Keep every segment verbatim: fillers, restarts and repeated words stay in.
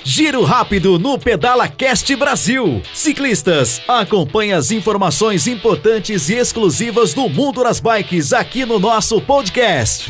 Giro rápido no Pedala Cast Brasil. Ciclistas, acompanhe as informações importantes e exclusivas do mundo das bikes aqui no nosso podcast.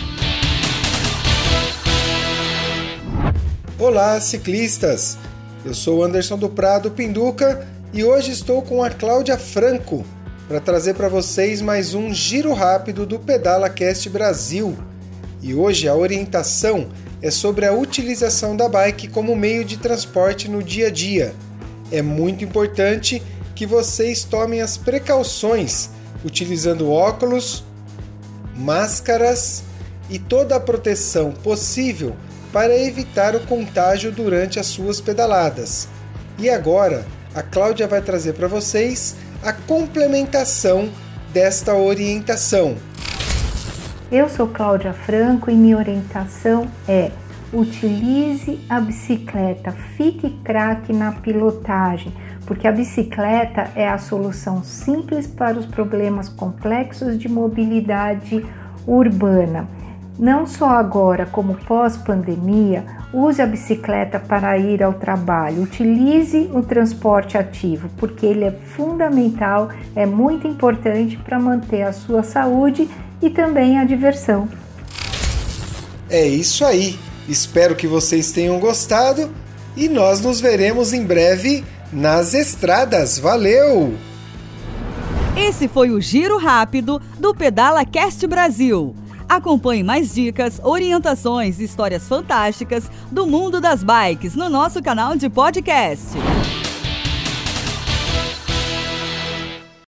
Olá, ciclistas! Eu sou o Anderson do Prado Pinduca e hoje estou com a Cláudia Franco para trazer para vocês mais um giro rápido do Pedala Cast Brasil. E hoje a orientação é sobre a utilização da bike como meio de transporte no dia a dia. É muito importante que vocês tomem as precauções, utilizando óculos, máscaras e toda a proteção possível para evitar o contágio durante as suas pedaladas. E agora, a Cláudia vai trazer para vocês a complementação desta orientação. Eu sou Cláudia Franco e minha orientação é: utilize a bicicleta, fique craque na pilotagem, porque a bicicleta é a solução simples para os problemas complexos de mobilidade urbana. Não só agora, como pós-pandemia, use a bicicleta para ir ao trabalho. Utilize o transporte ativo, porque ele é fundamental, é muito importante para manter a sua saúde e também a diversão. É isso aí. Espero que vocês tenham gostado e nós nos veremos em breve nas estradas. Valeu! Esse foi o Giro Rápido do Pedala Cast Brasil. Acompanhe mais dicas, orientações e histórias fantásticas do mundo das bikes no nosso canal de podcast.